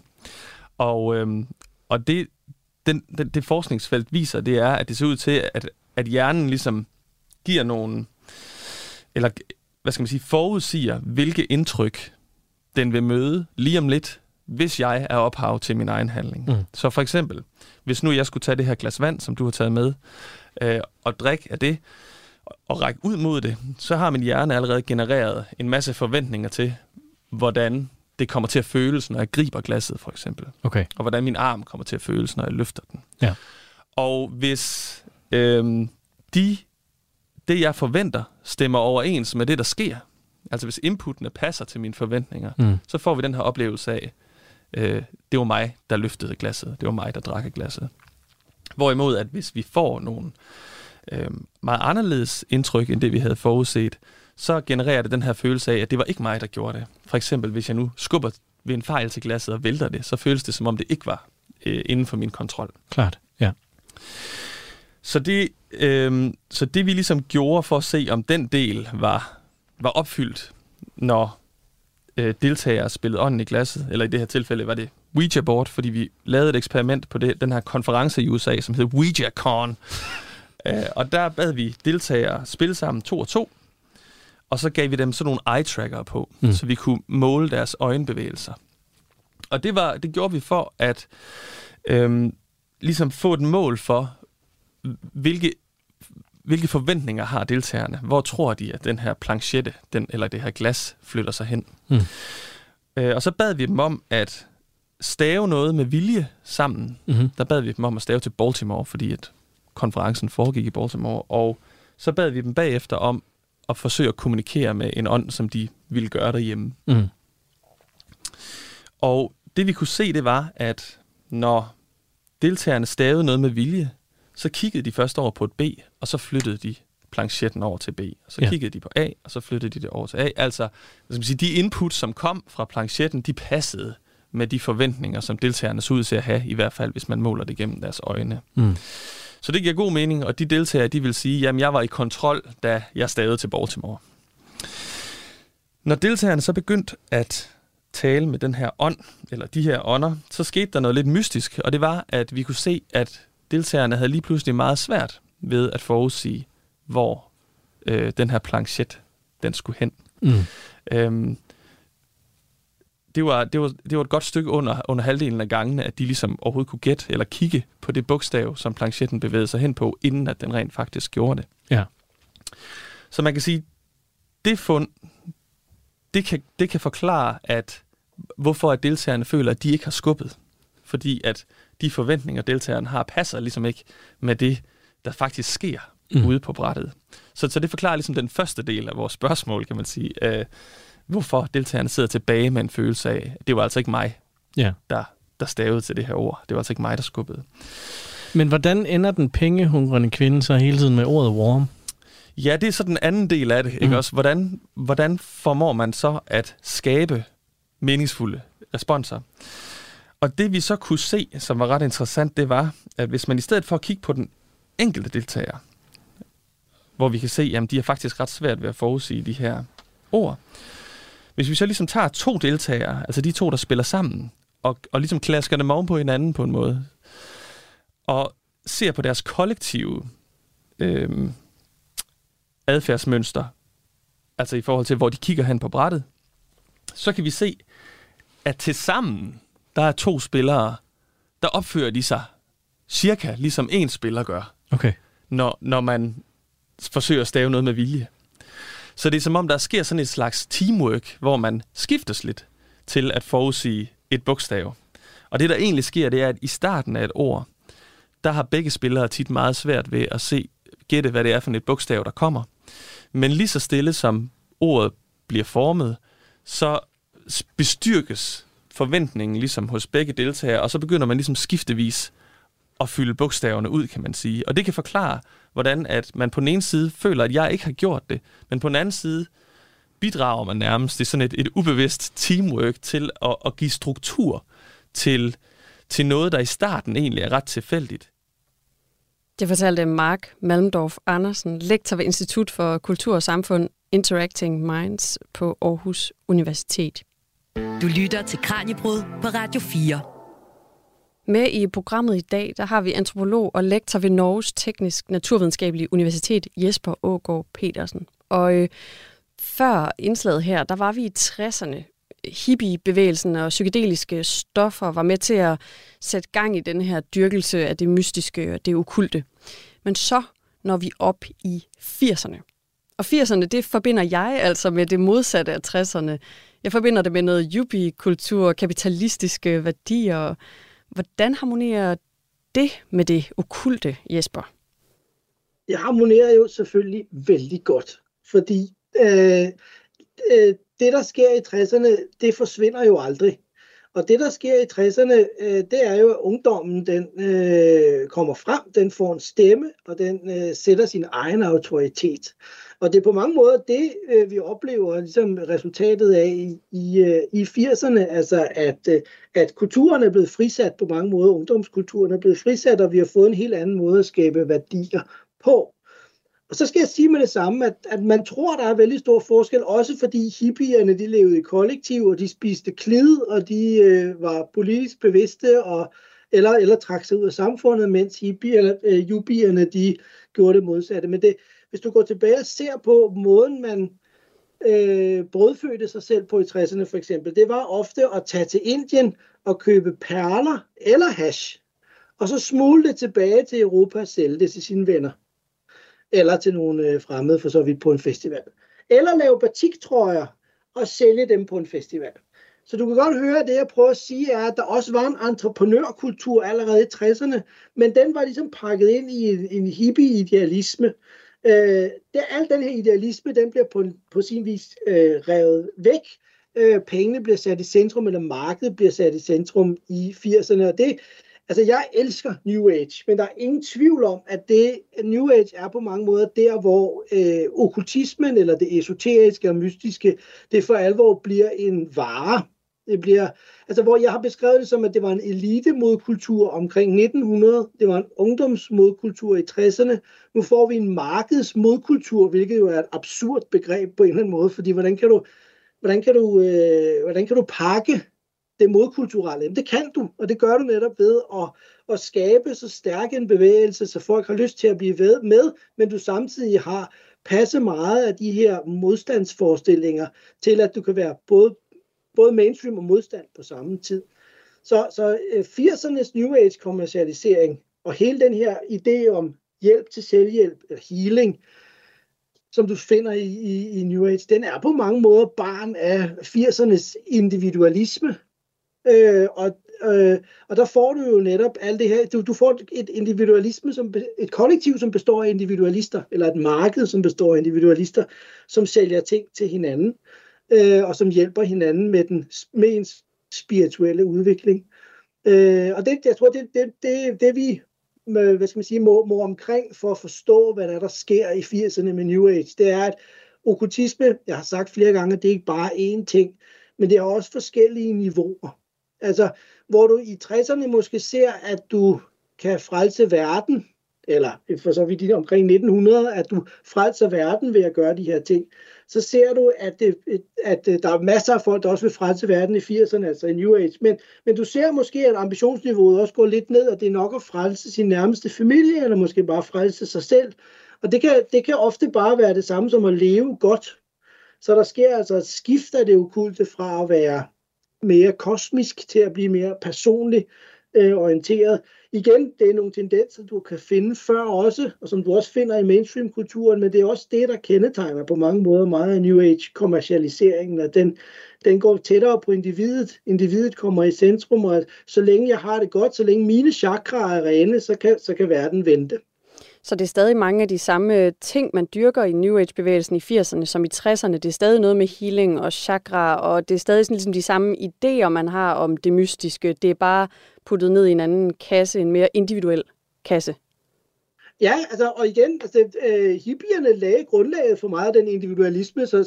Speaker 5: Og det forskningsfelt viser, det er, at det ser ud til, at hjernen ligesom giver nogle, eller hvad skal man sige, forudsiger, hvilke indtryk den vil møde lige om lidt, hvis jeg er ophav til min egen handling. Så for eksempel, hvis nu jeg skulle tage det her glas vand, som du har taget med, og drikke af det, og række ud mod det, så har min hjerne allerede genereret en masse forventninger til, hvordan det kommer til at føles, når jeg griber glasset, for eksempel.
Speaker 6: Okay.
Speaker 5: Og hvordan min arm kommer til at føles, når jeg løfter den.
Speaker 6: Ja.
Speaker 5: Og hvis det, jeg forventer, stemmer overens med det, der sker, altså hvis inputtene passer til mine forventninger, så får vi den her oplevelse af, det var mig, der løftede glasset. Det var mig, der drak glasset. Hvorimod, at hvis vi får nogle meget anderledes indtryk, end det vi havde forudset, så genererer det den her følelse af, at det var ikke mig, der gjorde det. For eksempel, hvis jeg nu skubber ved en fejl til glasset og vælter det, så føles det, som om det ikke var inden for min kontrol.
Speaker 6: Klart, ja.
Speaker 5: Så det vi ligesom gjorde for at se, om den del var opfyldt, når deltagere spillede ånden i glasset, eller i det her tilfælde var det Ouija-board, fordi vi lavede et eksperiment på den her konference i USA, som hedder OuijaCon. Og der bad vi deltagere spille sammen 2 og 2, og så gav vi dem sådan nogle eye-trackere på, så vi kunne måle deres øjenbevægelser. Og det gjorde vi for at ligesom få et mål for, hvilke forventninger har deltagerne? Hvor tror de, at den her planchette, eller det her glas, flytter sig hen? Og så bad vi dem om at stave noget med vilje sammen. Der bad vi dem om at stave til Baltimore, fordi at konferencen foregik i Baltimore. Og så bad vi dem bagefter om at forsøge at kommunikere med en ånd, som de ville gøre derhjemme. Og det vi kunne se, det var, at når deltagerne stavede noget med vilje, så kiggede de først over på et B, og så flyttede de planchetten over til B. Og så kiggede de på A, og så flyttede de det over til A. Altså, hvad skal man sige, de input, som kom fra planchetten, de passede med de forventninger, som deltagerne så ud til at have, i hvert fald, hvis man måler det gennem deres øjne. Så det giver god mening, og de deltagere, de vil sige, jamen, jeg var i kontrol, da jeg stavede til Baltimore. Når deltagerne så begyndte at tale med den her ånd, eller de her ånder, så skete der noget lidt mystisk, og det var, at vi kunne se, at deltagerne havde lige pludselig meget svært ved at forudsige, hvor den her planchet den skulle hen. Det var et godt stykke under halvdelen af gangene, at de ligesom overhovedet kunne gætte eller kigge på det bogstav, som planchetten bevægede sig hen på, inden at den rent faktisk gjorde det.
Speaker 6: Ja.
Speaker 5: Så man kan sige, det fund, det kan forklare, hvorfor at deltagerne føler, at de ikke har skubbet. Fordi at de forventninger, deltagerne har, passer ligesom ikke med det, der faktisk sker ude på brættet. Så det forklarer ligesom den første del af vores spørgsmål, kan man sige. Hvorfor deltagerne sidder tilbage med en følelse af, det var altså ikke mig, der stavede til det her ord. Det var altså ikke mig, der skubbede.
Speaker 6: Men hvordan ender den pengehungrende kvinde så hele tiden med ordet warm?
Speaker 5: Ja, det er så den anden del af det, ikke også? Hvordan formår man så at skabe meningsfulde responser? Og det vi så kunne se, som var ret interessant, det var, at hvis man i stedet for at kigge på den enkelte deltager, hvor vi kan se, at de har faktisk ret svært ved at forudsige de her ord. Hvis vi så ligesom tager 2 deltagere, altså de 2, der spiller sammen, og ligesom klasker dem oven på hinanden på en måde, og ser på deres kollektive adfærdsmønster, altså i forhold til, hvor de kigger hen på brættet, så kan vi se, at til sammen, der er 2 spillere, der opfører de sig cirka ligesom en spiller gør, når man forsøger at stave noget med vilje. Så det er som om, der sker sådan et slags teamwork, hvor man skiftes lidt til at forudsige et bogstav. Og det, der egentlig sker, det er, at i starten af et ord, der har begge spillere tit meget svært ved at gætte, hvad det er for et bogstav, der kommer. Men lige så stille som ordet bliver formet, så bestyrkes forventningen ligesom hos begge deltagere, og så begynder man ligesom skiftevis at fylde bogstaverne ud, kan man sige. Og det kan forklare, hvordan at man på den ene side føler, at jeg ikke har gjort det, men på den anden side bidrager man nærmest til sådan et ubevidst teamwork til at give struktur til noget, der i starten egentlig er ret tilfældigt.
Speaker 3: Det fortalte Mark Malmdorf Andersen, lektor ved Institut for Kultur og Samfund, Interacting Minds på Aarhus Universitet.
Speaker 2: Du lytter til Kraniebrud på Radio 4.
Speaker 3: Med i programmet i dag, der har vi antropolog og lektor ved Norges Teknisk Naturvidenskabelige Universitet, Jesper Aagaard Petersen. Og før indslaget her, der var vi i 60'erne. Hippiebevægelsen og psykedeliske stoffer var med til at sætte gang i den her dyrkelse af det mystiske og det okkulte. Men så når vi op i 80'erne. Og 80'erne, det forbinder jeg altså med det modsatte af 60'erne. Jeg forbinder det med noget yuppie-kultur, kapitalistiske værdier. Hvordan harmonerer det med det okkulte, Jesper?
Speaker 4: Det harmonerer jo selvfølgelig vældig godt, fordi det, der sker i 60'erne, det forsvinder jo aldrig. Og det, der sker i 60'erne, det er jo, at ungdommen den kommer frem, den får en stemme, og den sætter sin egen autoritet. Og det er på mange måder det, vi oplever ligesom resultatet af i 80'erne, altså at kulturen er blevet frisat på mange måder, ungdomskulturen er blevet frisat, og vi har fået en helt anden måde at skabe værdier på. Og så skal jeg sige med det samme, at man tror, der er vældig stor forskel, også fordi hippierne, de levede i kollektiv, og de spiste klid, og de var politisk bevidste, eller trak sig ud af samfundet, mens yuppierne, de gjorde det modsatte. Men hvis du går tilbage og ser på måden, man brødfødte sig selv på i 60'erne for eksempel, det var ofte at tage til Indien og købe perler eller hash, og så smule det tilbage til Europa og sælge det til sine venner. Eller til nogle fremmede, for så vidt på en festival. Eller lave batiktrøjer og sælge dem på en festival. Så du kan godt høre, at det jeg prøver at sige er, at der også var en entreprenørkultur allerede i 60'erne, men den var ligesom pakket ind i en hippie-idealisme. Al den her idealisme, den bliver på sin vis revet væk. Pengene bliver sat i centrum, eller markedet bliver sat i centrum i 80'erne, og det altså, jeg elsker New Age, men der er ingen tvivl om, at New Age er på mange måder der, hvor okkultismen eller det esoteriske og mystiske, det for alvor bliver en vare. Det bliver, altså, hvor jeg har beskrevet det som, at det var en elite-modkultur omkring 1900. Det var en ungdomsmodkultur i 60'erne. Nu får vi en markedsmodkultur, hvilket jo er et absurd begreb på en eller anden måde, fordi hvordan kan du pakke det modkulturelle. Det kan du, og det gør du netop ved at skabe så stærk en bevægelse, så folk har lyst til at blive med, men du samtidig har passe meget af de her modstandsforestillinger til, at du kan være både mainstream og modstand på samme tid. Så 80'ernes New Age kommercialisering og hele den her idé om hjælp til selvhjælp, healing, som du finder i New Age, den er på mange måder barn af 80'ernes individualisme. Og der får du jo netop alt det her. Du får et individualisme, et kollektiv, som består af individualister, eller et marked, som består af individualister, som sælger ting til hinanden, og som hjælper hinanden med en spirituelle udvikling. Og jeg tror, det vi må omkring for at forstå, hvad der sker i 80'erne med New Age, det er, at okkultisme, jeg har sagt flere gange, det er ikke bare én ting, men det er også forskellige niveauer. Altså, hvor du i 60'erne måske ser, at du kan frelse verden, eller for så vidt omkring 1900, at du frelser verden ved at gøre de her ting, så ser du, at der er masser af folk, der også vil frelse verden i 80'erne, altså i New Age. Men du ser måske, at ambitionsniveauet også går lidt ned, og det er nok at frelse sin nærmeste familie, eller måske bare frelse sig selv. Og det kan ofte bare være det samme som at leve godt. Så der sker altså et skift af det okkulte fra at være mere kosmisk til at blive mere personligt orienteret. Igen, det er nogle tendenser, du kan finde før også, og som du også finder i mainstream-kulturen, men det er også det, der kendetegner på mange måder meget af New Age-kommercialiseringen, at den går tættere på individet. Individet kommer i centrum, og så længe jeg har det godt, så længe mine chakraer er rene, så kan verden vente.
Speaker 3: Så det er stadig mange af de samme ting, man dyrker i New Age-bevægelsen i 80'erne som i 60'erne. Det er stadig noget med healing og chakra, og det er stadig sådan, ligesom de samme idéer, man har om det mystiske. Det er bare puttet ned i en anden kasse, en mere individuel kasse.
Speaker 4: Ja, altså, og igen, hippierne lagde grundlaget for meget af den individualisme, så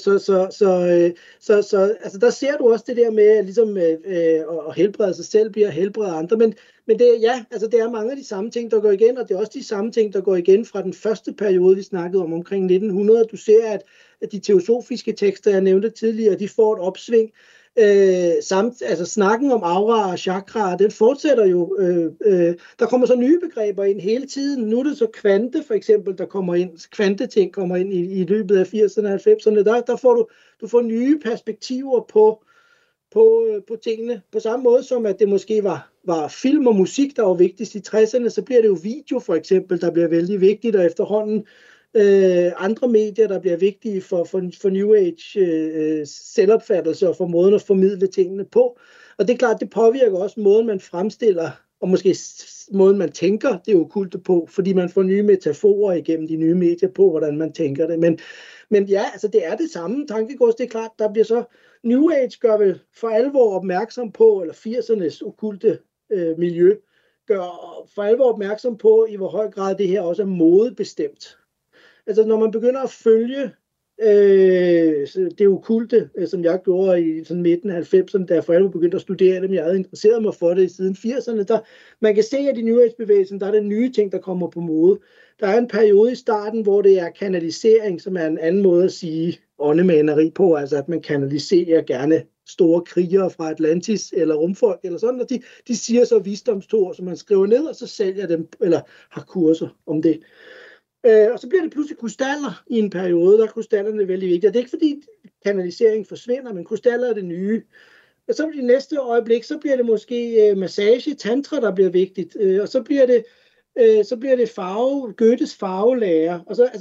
Speaker 4: altså, der ser du også det der med ligesom, at helbrede sig selv, bliver at helbrede andre, men det er mange af de samme ting, der går igen, og det er også de samme ting, der går igen fra den første periode, vi snakkede om omkring 1900. Du ser, at de teosofiske tekster, jeg nævnte tidligere, de får et opsving. Snakken om aura og chakra, den fortsætter jo. Der kommer så nye begreber ind hele tiden. Nu er det så kvante, for eksempel, der kommer ind. Kvanteting kommer ind i løbet af 80'erne og 90'erne. Der får du får nye perspektiver på tingene. På samme måde som, at det måske var film og musik, der var vigtigst i 60'erne, så bliver det jo video, for eksempel, der bliver vældig vigtigt, og efterhånden andre medier, der bliver vigtige for New Age selvopfattelse og for måden at formidle tingene på. Og det er klart, det påvirker også måden, man fremstiller, og måske måden, man tænker det okkulte på, fordi man får nye metaforer igennem de nye medier på, hvordan man tænker det. Men ja, altså det er det samme tankegods. Det er klart, der bliver så New Age gør vel for alvor opmærksom på, eller 80'ernes okkulte miljø, gør for alvor opmærksom på, i hvor høj grad det her også er modebestemt. Altså når man begynder at følge det okkulte, som jeg gjorde i sådan midten af 90'erne, da jeg for alvor begyndte at studere det, men jeg havde interesseret mig for det siden 80'erne, der man kan se, at i New Age-bevægelsen, der er det nye ting, der kommer på mode. Der er en periode i starten, hvor det er kanalisering, som er en anden måde at sige åndemaneri på, altså at man kanaliserer gerne store krigere fra Atlantis eller rumfolk eller sådan, og de siger så visdomsord, som man skriver ned, og så sælger dem, eller har kurser om det. Og så bliver det pludselig krystaller i en periode, der er krystallerne vældig vigtige. Og det er ikke fordi kanalisering forsvinder, men krystaller er det nye. Og så i næste øjeblik, så bliver det måske massage, tantra, der bliver vigtigt. Og så bliver det Goethes farvelære.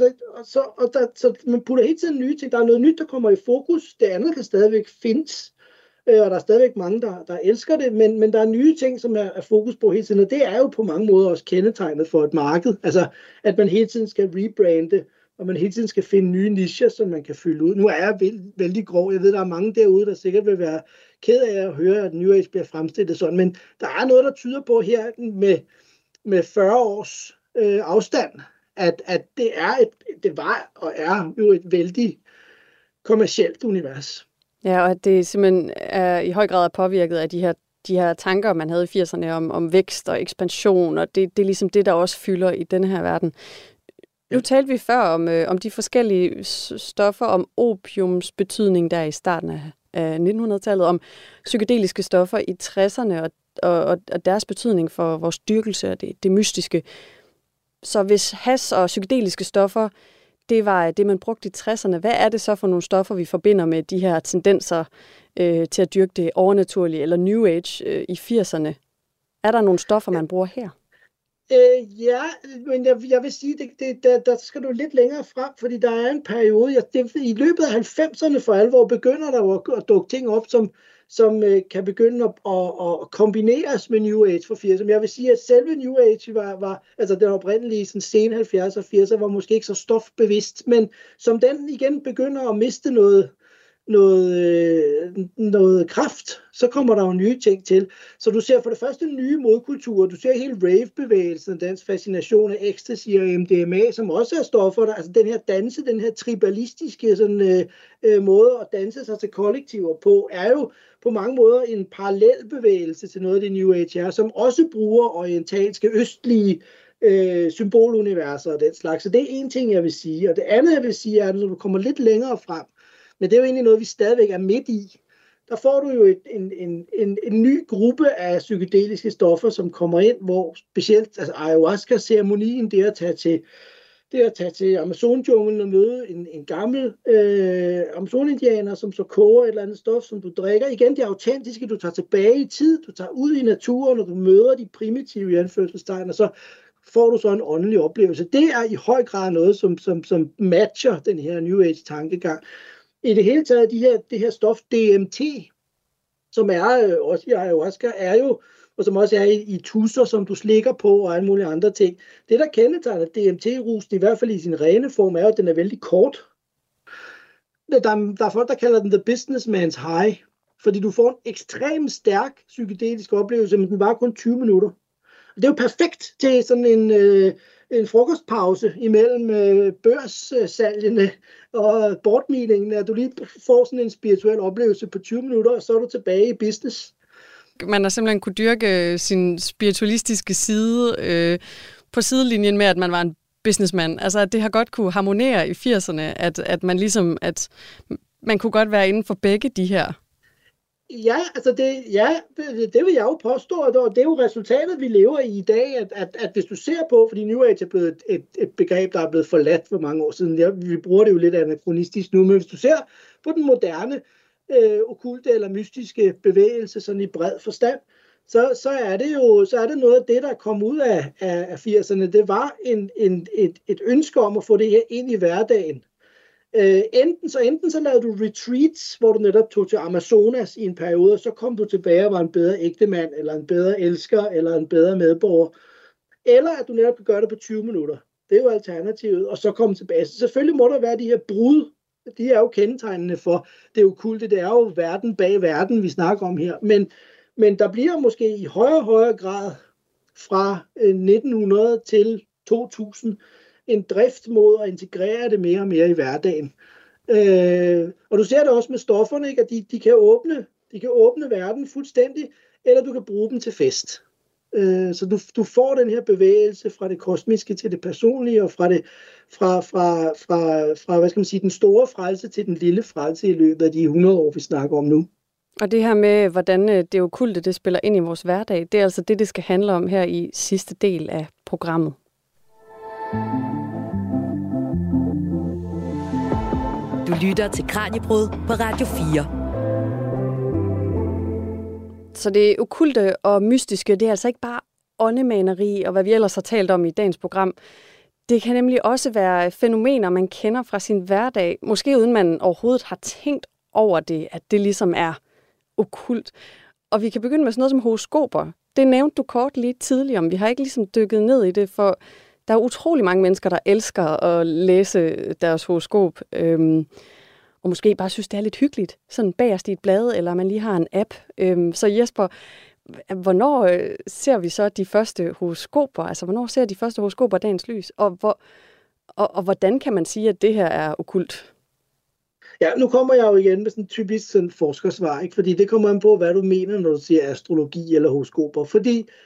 Speaker 4: Så man putter hele tiden nye ting. Der er noget nyt, der kommer i fokus. Det andet kan stadigvæk findes. Og der er stadigvæk mange, der elsker det, men der er nye ting, som er fokus på hele tiden, og det er jo på mange måder også kendetegnet for et marked, altså at man hele tiden skal rebrande, og man hele tiden skal finde nye nicher, som man kan fylde ud. Nu er jeg vældig grov, jeg ved, der er mange derude, der sikkert vil være ked af at høre, at New Age bliver fremstillet sådan, men der er noget, der tyder på her med 40 års afstand, at det var og er jo et vældig kommercielt univers.
Speaker 3: Ja, og at det simpelthen er i høj grad påvirket af de her tanker, man havde i 80'erne om vækst og ekspansion, og det er ligesom det, der også fylder i denne her verden. Nu talte vi før om de forskellige stoffer, om opiums betydning der i starten af af 1900-tallet, om psykedeliske stoffer i 60'erne og deres betydning for vores dyrkelse og det mystiske. Så hvis hash og psykedeliske stoffer, det var det, man brugte i 60'erne, hvad er det så for nogle stoffer, vi forbinder med de her tendenser til at dyrke det overnaturlige eller New Age i 80'erne? Er der nogle stoffer, man bruger her?
Speaker 4: Ja, men jeg vil sige, der skal du lidt længere frem, fordi der er en periode, i løbet af 90'erne for alvor begynder der at dukke ting op, som kan begynde at kombineres med New Age for 80'erne. Jeg vil sige, at selve New Age var altså den oprindelige sådan sen 70'er og 80'er var måske ikke så stofbevidst, men som den igen begynder at miste noget kraft, så kommer der jo nye ting til. Så du ser for det første nye modkulturer, du ser hele rave-bevægelsen, dens fascination af ecstasy og MDMA, som også er stoffer, der, altså den her tribalistiske sådan, måde at danse sig til kollektiver på, er jo på mange måder en parallel bevægelse til noget af det New Age er, som også bruger orientalske, østlige symboluniverser og den slags. Så det er en ting, jeg vil sige. Og det andet, jeg vil sige, er, at når du kommer lidt længere frem, men det er jo egentlig noget, vi stadigvæk er midt i. Der får du jo en ny gruppe af psykedeliske stoffer, som kommer ind, hvor specielt altså ayahuasca-ceremonien, det er at tage til Amazon-junglen og møde en gammel Amazon-indianer, som så koger et eller andet stof, som du drikker. Igen, det autentiske, du tager tilbage i tid, du tager ud i naturen, og du møder de primitive i anførselstegn, og så får du så en åndelig oplevelse. Det er i høj grad noget, som matcher den her New Age-tankegang. I det hele taget, det her stof DMT, som er også i ayahuasca, er jo, og som også er i tusser, som du slikker på, og alle mulige andre ting. Det, der kendetegner DMT-rusen, i hvert fald i sin rene form, er jo, at den er vældig kort. Der er folk, der kalder den the businessman's high, fordi du får en ekstremt stærk psykedelisk oplevelse, men den var kun 20 minutter. Og det er jo perfekt til sådan en frokostpause imellem børssalgene og boardmeetingen, at du lige får sådan en spirituel oplevelse på 20 minutter, og så er du tilbage i business.
Speaker 3: Man har simpelthen kunne dyrke sin spiritualistiske side på sidelinjen med, at man var en businessman. Altså, at det har godt kunne harmonere i 80'erne, at man ligesom, at man kunne godt være inden for begge de her.
Speaker 4: Ja, altså det vil jeg jo påstå, og det er jo resultatet, vi lever i dag, at hvis du ser på, fordi New Age er blevet et begreb, der er blevet forladt for mange år siden, vi bruger det jo lidt anakronistisk nu, men hvis du ser på den moderne okkulte eller mystiske bevægelse, sådan i bred forstand, så er det noget af det, der kom ud af 80'erne. Det var et ønske om at få det her ind i hverdagen. Enten så lavede du retreats, hvor du netop tog til Amazonas i en periode, og så kom du tilbage og var en bedre ægtemand, eller en bedre elsker, eller en bedre medborger. Eller at du netop kan gøre det på 20 minutter. Det er jo alternativet, og så komme tilbage. Så selvfølgelig må der være de her brud. De er jo kendetegnende for det okkulte. Det er jo verden bag verden, vi snakker om her. Men der bliver måske i højere grad fra 1900 til 2000 en drift mod at integrere det mere og mere i hverdagen. Og du ser det også med stofferne, ikke? At de kan åbne verden fuldstændig, eller du kan bruge dem til fest. Så du får den her bevægelse fra det kosmiske til det personlige, og fra hvad skal man sige, den store frelse til den lille frelse i løbet af de 100 år, vi snakker om nu. Og
Speaker 3: det her med, hvordan det okkulte det spiller ind i vores hverdag, det er altså det skal handle om her i sidste del af programmet.
Speaker 2: Du lytter til Kraniebrud på Radio 4.
Speaker 3: Så det okkulte og mystiske, det er altså ikke bare åndemaneri og hvad vi ellers har talt om i dagens program. Det kan nemlig også være fænomener, man kender fra sin hverdag, måske uden man overhovedet har tænkt over det, at det ligesom er okkult. Og vi kan begynde med sådan noget som horoskoper. Det nævnte du kort lige tidligere om. Vi har ikke ligesom dykket ned i det, for der er utrolig mange mennesker, der elsker at læse deres horoskop, og måske bare synes, det er lidt hyggeligt, sådan bagerst i et blad, eller man lige har en app. Så Jesper, hvornår ser vi så de første horoskoper? Altså, hvornår ser de første horoskoper dagens lys? Og hvordan kan man sige, at det her er okkult?
Speaker 4: Ja, nu kommer jeg jo igen med sådan en typisk sådan forskersvar, ikke? Fordi det kommer an på, hvad du mener, når du siger astrologi eller horoskoper. Fordi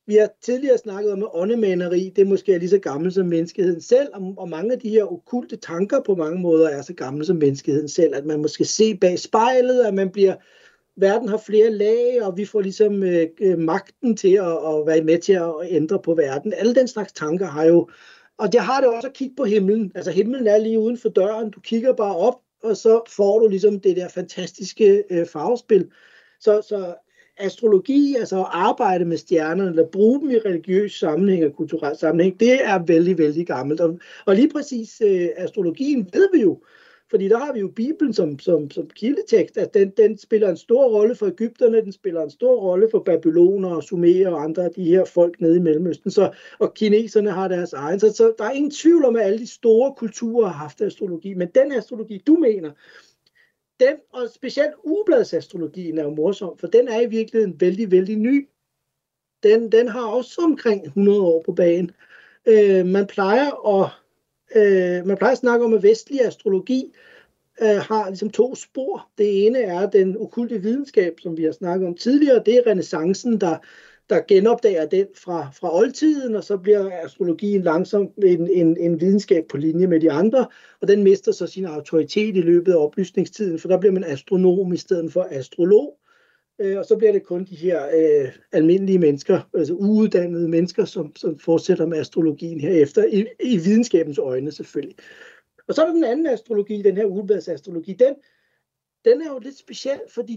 Speaker 4: Vi har tidligere snakket om, at åndemaneri, det måske er lige så gammelt som menneskeheden selv, og mange af de her okkulte tanker på mange måder er så gamle som menneskeheden selv, at man måske se bag spejlet, at verden har flere lag, og vi får ligesom magten til at være med til at ændre på verden. Alle den slags tanker har jo, og det har det også at kigge på himlen. Altså himlen er lige uden for døren, du kigger bare op, og så får du ligesom det der fantastiske farvespil. Så astrologi, altså at arbejde med stjernerne, eller bruge dem i religiøs sammenhæng og kulturel sammenhæng, det er vældig, vældig gammelt. Og lige præcis astrologien ved vi jo, fordi der har vi jo Bibelen som kildetekst, at den spiller en stor rolle for Egypterne, den spiller en stor rolle for Babyloner og Sumerer og andre af de her folk nede i Mellemøsten, og kineserne har deres egen. Så der er ingen tvivl om, at alle de store kulturer har haft astrologi, men den astrologi, du mener, den, og specielt ugebladsastrologien er jo morsom, for den er i virkeligheden vældig, vældig ny. Den har også omkring 100 år på banen. Man plejer at snakke om, at vestlig astrologi har ligesom 2 spor. Det ene er den okkulte videnskab, som vi har snakket om tidligere. Det er renæssancen, der genopdager den fra oldtiden, og så bliver astrologien langsomt en videnskab på linje med de andre, og den mister så sin autoritet i løbet af oplysningstiden, for der bliver man astronom i stedet for astrolog, og så bliver det kun de her almindelige mennesker, altså uuddannede mennesker, som fortsætter med astrologien herefter, i videnskabens øjne selvfølgelig. Og så er der den anden astrologi, den her ugebladsastrologi, den er jo lidt speciel, fordi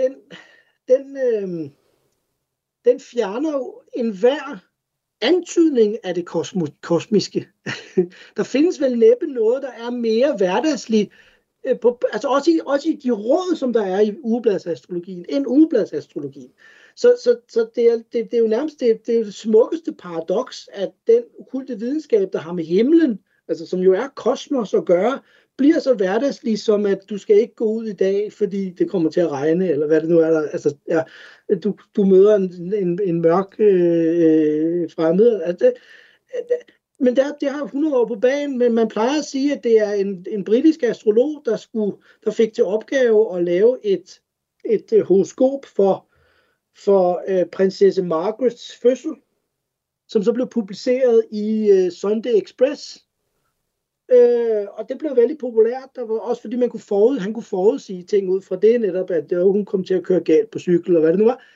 Speaker 4: den fjerner jo enhver antydning af det kosmiske. Der findes vel næppe noget, der er mere hverdagsligt, altså også i de råd, som der er i ugebladsastrologien, end ugebladsastrologien. Så det er jo nærmest det smukkeste paradoks, at den okkulte videnskab, der har med himlen, altså som jo er kosmos at gøre, bliver så hverdagslig som, at du skal ikke gå ud i dag, fordi det kommer til at regne, eller hvad det nu er der. Altså, ja, du møder en mørk fremmed. Altså, men det har 100 år på banen, men man plejer at sige, at det er en britisk astrolog, der fik til opgave at lave et horoskop for prinsesse Margarets fødsel, som så blev publiceret i Sunday Express. Og det blev vældig populært, også fordi han kunne forudsige ting ud fra det, netop at hun kom til at køre galt på cykel, og hvad det nu var.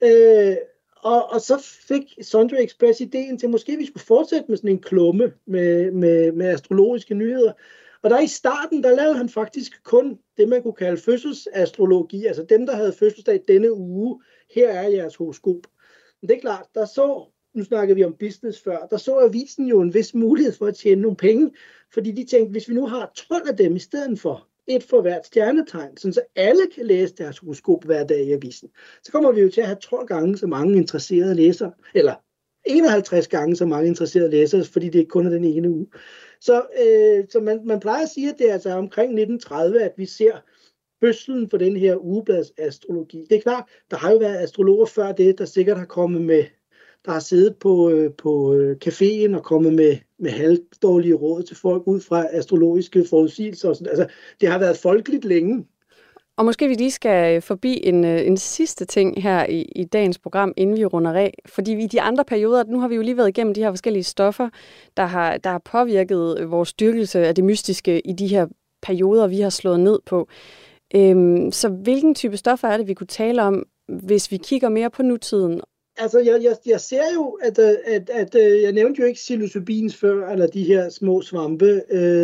Speaker 4: Og så fik Sunday Express ideen til, måske vi skulle fortsætte med sådan en klumme med astrologiske nyheder. Og der i starten, der lavede han faktisk kun det, man kunne kalde fødselsastrologi, altså dem, der havde fødselsdag denne uge, her er jeres horoskop. Men det er klart, nu snakkede vi om business før, der så avisen jo en vis mulighed for at tjene nogle penge, fordi de tænkte, hvis vi nu har 12 af dem i stedet for, et for hvert stjernetegn, så alle kan læse deres horoskop hver dag i avisen, så kommer vi jo til at have 12 gange så mange interesserede læsere, eller 51 gange så mange interesserede læsere, fordi det ikke kun er den ene uge. Så man plejer at sige, at det er altså omkring 1930, at vi ser fødslen for den her ugebladsastrologi. Det er klart, der har jo været astrologer før det, der sikkert har kommet med, der har siddet på caféen og kommet med halvdårlige råd til folk ud fra astrologiske forudsigelser. Altså, det har været folkeligt længe.
Speaker 3: Og måske vi lige skal forbi en sidste ting her i dagens program, inden vi runder af. Fordi i de andre perioder, nu har vi jo lige været igennem de her forskellige stoffer, der har påvirket vores styrkelse af det mystiske i de her perioder, vi har slået ned på. Så hvilken type stoffer er det, vi kunne tale om, hvis vi kigger mere på nutiden?
Speaker 4: Altså, jeg ser jo, at jeg nævnte jo ikke psilocybins før, eller de her små svampe,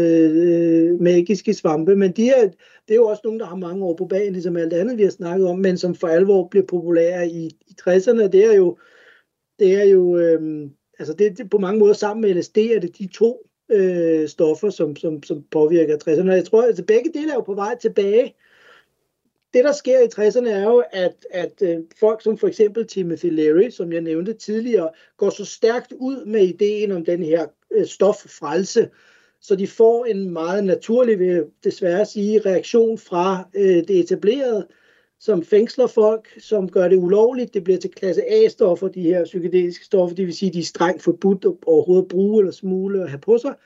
Speaker 4: magiske svampe, men det er jo også nogle, der har mange år på bagen, ligesom alt andet, vi har snakket om, men som for alvor bliver populære i 60'erne. Det er jo altså det på mange måder sammen med LSD, er det de 2 stoffer, som påvirker 60'erne. Jeg tror, at begge dele er jo på vej tilbage. Det, der sker i 60'erne, er jo, at folk som for eksempel Timothy Leary, som jeg nævnte tidligere, går så stærkt ud med ideen om den her stoffrelse, så de får en meget naturlig, vil jeg desværre sige, reaktion fra det etablerede, som fængsler folk, som gør det ulovligt. Det bliver til klasse A-stoffer, de her psykedeliske stoffer, det vil sige, de er strengt forbudt overhovedet at bruge eller smule og have på sig.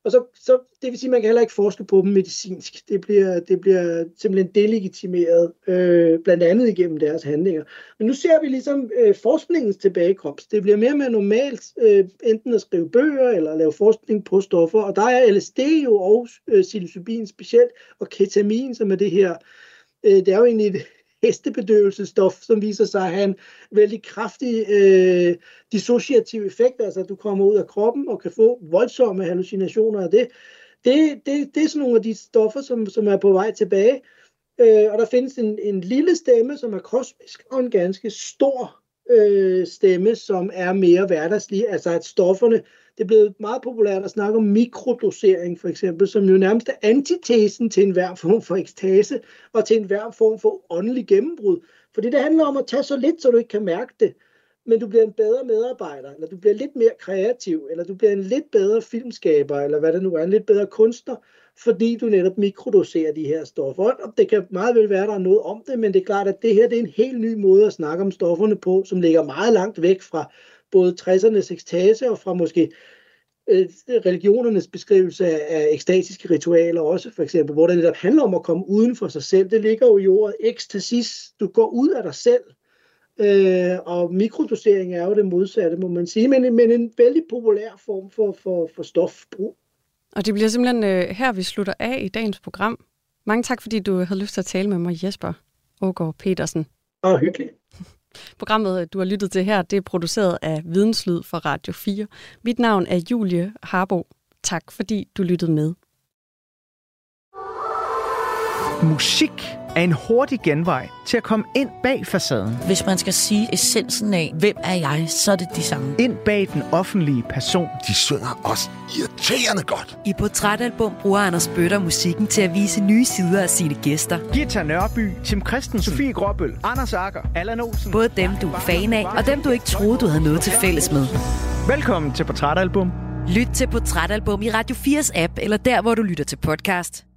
Speaker 4: Og så det vil sige, at man kan heller ikke forske på dem medicinsk. Det bliver simpelthen delegitimeret, blandt andet igennem deres handlinger. Men nu ser vi ligesom forskningens tilbagekomst. Det bliver mere og mere normalt enten at skrive bøger eller at lave forskning på stoffer. Og der er LSD jo og psilocybin specielt, og ketamin, som er det her. Det er jo egentlig et hestebedøvelsesstof, som viser sig at have en vældig kraftig dissociativ effekt, altså at du kommer ud af kroppen og kan få voldsomme hallucinationer af det. Det er sådan nogle af de stoffer, som er på vej tilbage, og der findes en lille stemme, som er kosmisk, og en ganske stor stemme, som er mere hverdagslig, altså at stofferne, det er blevet meget populært at snakke om mikrodosering for eksempel, som jo nærmest er antitesen til enhver form for ekstase og til enhver form for åndelig gennembrud. Fordi det handler om at tage så lidt, så du ikke kan mærke det, men du bliver en bedre medarbejder, eller du bliver lidt mere kreativ, eller du bliver en lidt bedre filmskaber, eller hvad det nu er, en lidt bedre kunstner, fordi du netop mikrodoserer de her stoffer. Og det kan meget vel være, der er noget om det, men det er klart, at det her det er en helt ny måde at snakke om stofferne på, som ligger meget langt væk fra både 60'ernes ekstase og fra måske religionernes beskrivelse af ekstatiske ritualer også, for eksempel, hvor det netop handler om at komme uden for sig selv. Det ligger jo i ordet ekstasis. Du går ud af dig selv, og mikrodosering er jo det modsatte, må man sige, men en vældig populær form for stofbrug.
Speaker 3: Og det bliver simpelthen her, vi slutter af i dagens program. Mange tak, fordi du havde lyst til at tale med mig, Jesper Aagaard Petersen.
Speaker 4: Hyggeligt.
Speaker 3: Programmet, du har lyttet til her, det er produceret af Videnslyd for Radio 4. Mit navn er Julie Harbo. Tak, fordi du lyttede med.
Speaker 7: Musik er en hurtig genvej til at komme ind bag facaden.
Speaker 8: Hvis man skal sige essensen af, hvem er jeg, så er det de samme.
Speaker 7: Ind bag den offentlige person.
Speaker 9: De synger også irriterende godt.
Speaker 2: I Portrætalbum bruger Anders Bøtter musikken til at vise nye sider af sine gæster.
Speaker 7: Gita Nørby, Tim Christensen, Sofie Gråbøl, Anders Agger, Allan Olsen.
Speaker 2: Både dem, du er fan af, og dem, du ikke troede, du havde noget til fælles med.
Speaker 7: Velkommen til Portrætalbum.
Speaker 2: Lyt til Portrætalbum i Radio 4's app, eller der, hvor du lytter til podcast.